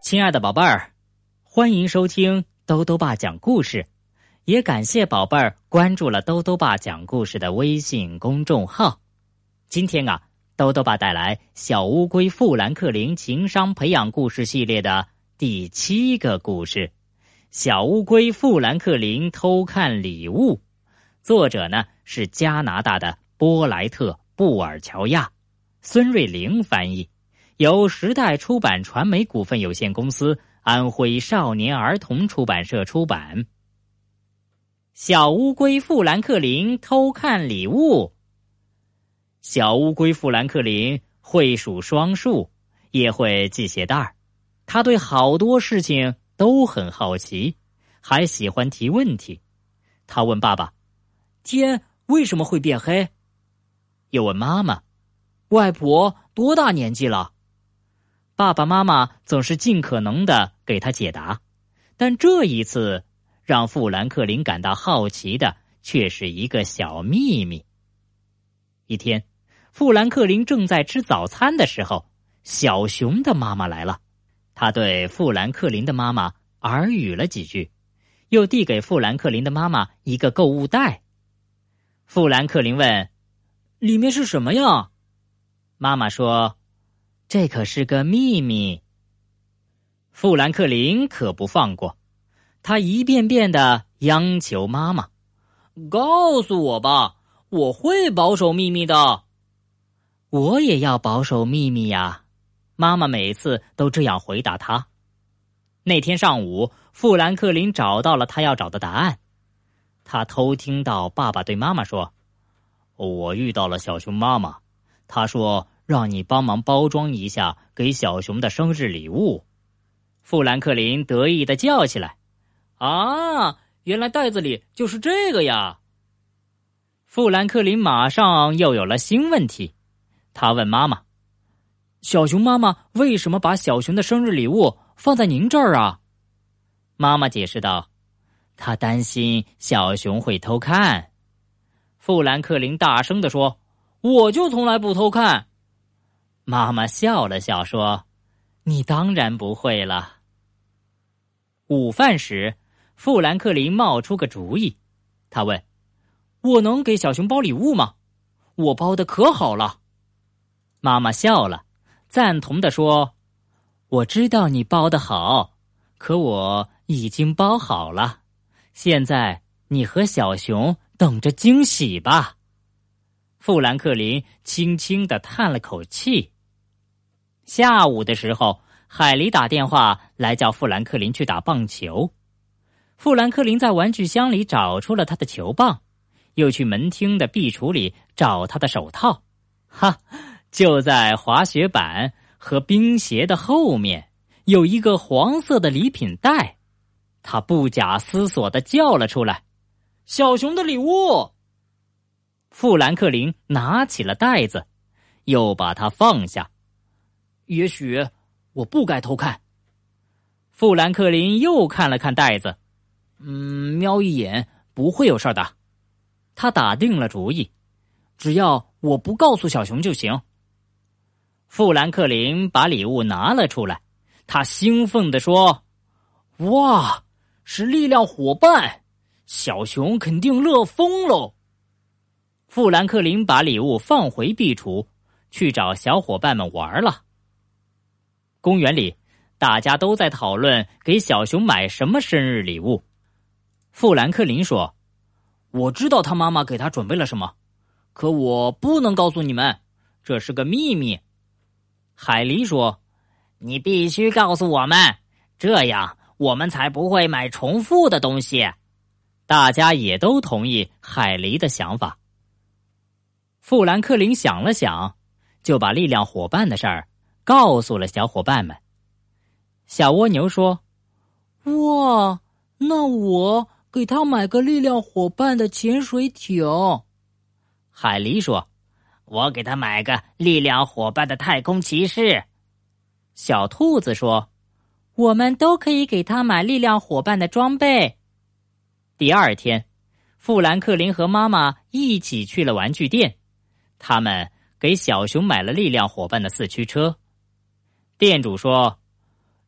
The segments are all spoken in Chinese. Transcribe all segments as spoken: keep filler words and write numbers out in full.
亲爱的宝贝儿，欢迎收听兜兜爸讲故事，也感谢宝贝儿关注了兜兜爸讲故事的微信公众号。今天啊，兜兜爸带来小乌龟富兰克林情商培养故事系列的第七个故事，小乌龟富兰克林偷看礼物。作者呢是加拿大的波莱特·布尔乔亚，孙瑞玲翻译，由时代出版传媒股份有限公司安徽少年儿童出版社出版。小乌龟富兰克林偷看礼物。小乌龟富兰克林会数双数，也会系鞋带儿，他对好多事情都很好奇，还喜欢提问题。他问爸爸，天为什么会变黑？又问妈妈，外婆多大年纪了？爸爸妈妈总是尽可能地给他解答，但这一次让富兰克林感到好奇的却是一个小秘密。一天，富兰克林正在吃早餐的时候，小熊的妈妈来了。他对富兰克林的妈妈耳语了几句，又递给富兰克林的妈妈一个购物袋。富兰克林问，里面是什么呀？妈妈说，这可是个秘密。富兰克林可不放过，他一遍遍地央求妈妈，告诉我吧，我会保守秘密的。我也要保守秘密呀，妈妈每次都这样回答他。那天上午，富兰克林找到了他要找的答案。他偷听到爸爸对妈妈说，我遇到了小熊妈妈，她说让你帮忙包装一下给小熊的生日礼物。富兰克林得意地叫起来，啊，原来袋子里就是这个呀！富兰克林马上又有了新问题，他问妈妈，小熊妈妈为什么把小熊的生日礼物放在您这儿啊？妈妈解释道，她担心小熊会偷看。富兰克林大声地说，我就从来不偷看。妈妈笑了笑说，你当然不会了。午饭时，富兰克林冒出个主意，他问，我能给小熊包礼物吗？我包的可好了。妈妈笑了，赞同地说，我知道你包得好，可我已经包好了，现在你和小熊等着惊喜吧。富兰克林轻轻地叹了口气。下午的时候，海狸打电话来叫富兰克林去打棒球。富兰克林在玩具箱里找出了他的球棒，又去门厅的壁橱里找他的手套。哈，就在滑雪板和冰鞋的后面有一个黄色的礼品袋。他不假思索地叫了出来，小熊的礼物！富兰克林拿起了袋子，又把它放下。也许我不该偷看。富兰克林又看了看袋子，嗯，瞄一眼不会有事的。他打定了主意，只要我不告诉小熊就行。富兰克林把礼物拿了出来，他兴奋地说，哇，是力量伙伴，小熊肯定乐疯喽。富兰克林把礼物放回壁橱，去找小伙伴们玩了。公园里，大家都在讨论给小熊买什么生日礼物。富兰克林说，我知道他妈妈给他准备了什么，可我不能告诉你们，这是个秘密。海狸说，你必须告诉我们，这样我们才不会买重复的东西。大家也都同意海狸的想法。富兰克林想了想，就把力量伙伴的事儿告诉了小伙伴们。小蜗牛说，哇，那我给他买个力量伙伴的潜水艇。海狸说，我给他买个力量伙伴的太空骑士。小兔子说，我们都可以给他买力量伙伴的装备。第二天，富兰克林和妈妈一起去了玩具店，他们给小熊买了力量伙伴的四驱车。店主说，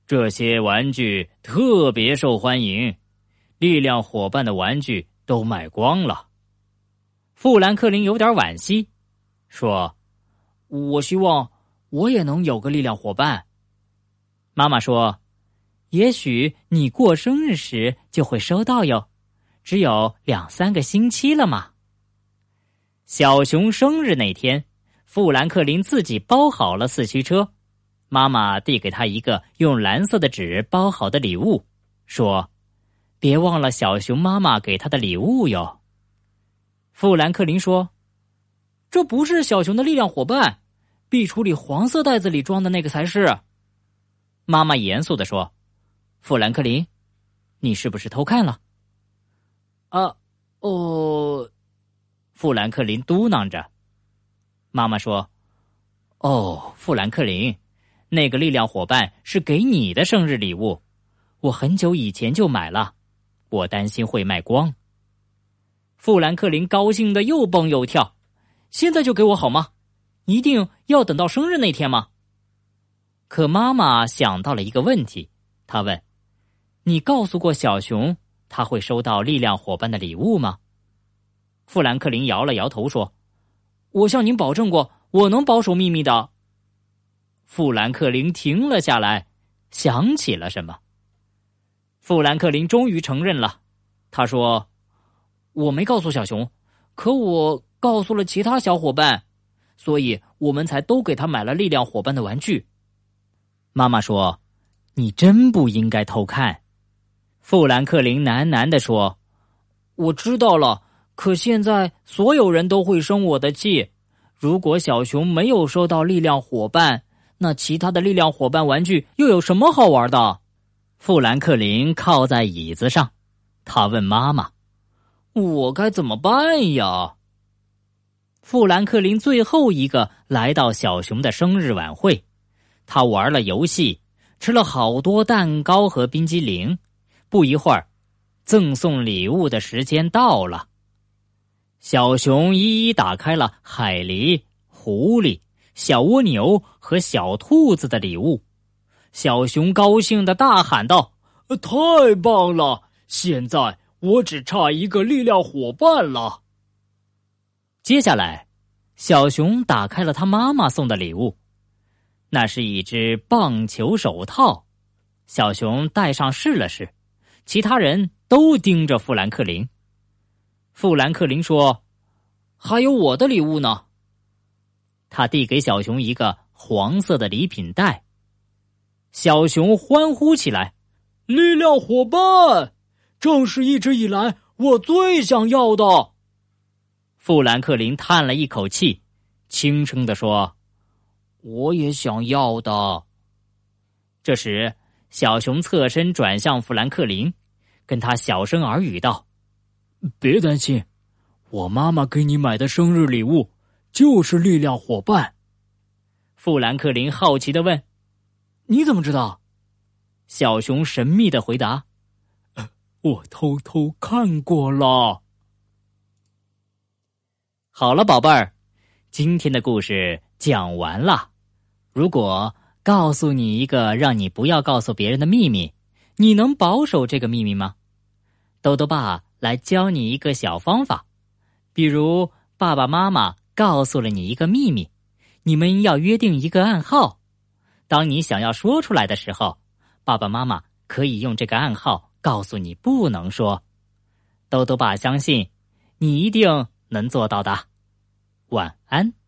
这些玩具特别受欢迎，力量伙伴的玩具都卖光了。富兰克林有点惋惜，说：我希望我也能有个力量伙伴。妈妈说：也许你过生日时就会收到哟，只有两三个星期了嘛。小熊生日那天，富兰克林自己包好了四驱车，妈妈递给他一个用蓝色的纸包好的礼物，说：别忘了小熊妈妈给他的礼物哟。富兰克林说：这不是小熊的力量伙伴，壁橱里黄色袋子里装的那个才是。妈妈严肃地说：富兰克林，你是不是偷看了？啊，哦，富兰克林嘟囔着。妈妈说：哦，富兰克林，那个力量伙伴是给你的生日礼物，我很久以前就买了，我担心会卖光。富兰克林高兴得又蹦又跳，现在就给我好吗？一定要等到生日那天吗？可妈妈想到了一个问题，她问：你告诉过小熊他会收到力量伙伴的礼物吗？富兰克林摇了摇头说：我向您保证过，我能保守秘密的。富兰克林停了下来，想起了什么。富兰克林终于承认了，他说：我没告诉小熊，可我告诉了其他小伙伴，所以我们才都给他买了力量伙伴的玩具。妈妈说：你真不应该偷看。富兰克林喃喃地说：我知道了，可现在所有人都会生我的气。如果小熊没有收到力量伙伴，那其他的力量伙伴玩具又有什么好玩的？富兰克林靠在椅子上，他问妈妈：我该怎么办呀？富兰克林最后一个来到小熊的生日晚会，他玩了游戏，吃了好多蛋糕和冰激凌。不一会儿，赠送礼物的时间到了。小熊一一打开了海狸、狐狸、小蜗牛和小兔子的礼物。小熊高兴地大喊道：太棒了！现在我只差一个力量伙伴了。接下来，小熊打开了他妈妈送的礼物，那是一只棒球手套。小熊戴上试了试，其他人都盯着富兰克林。富兰克林说：还有我的礼物呢。他递给小熊一个黄色的礼品袋。小熊欢呼起来：力量伙伴，正是一直以来我最想要的。富兰克林叹了一口气，轻声地说：我也想要的。这时，小熊侧身转向富兰克林，跟他小声耳语道：别担心，我妈妈给你买的生日礼物就是力量伙伴。富兰克林好奇地问：你怎么知道？小熊神秘地回答：我偷偷看过了。好了，宝贝儿，今天的故事讲完了。如果告诉你一个让你不要告诉别人的秘密，你能保守这个秘密吗？豆豆爸来教你一个小方法。比如爸爸妈妈告诉了你一个秘密，你们要约定一个暗号。当你想要说出来的时候，爸爸妈妈可以用这个暗号告诉你不能说。豆豆爸相信你一定能做到的。晚安。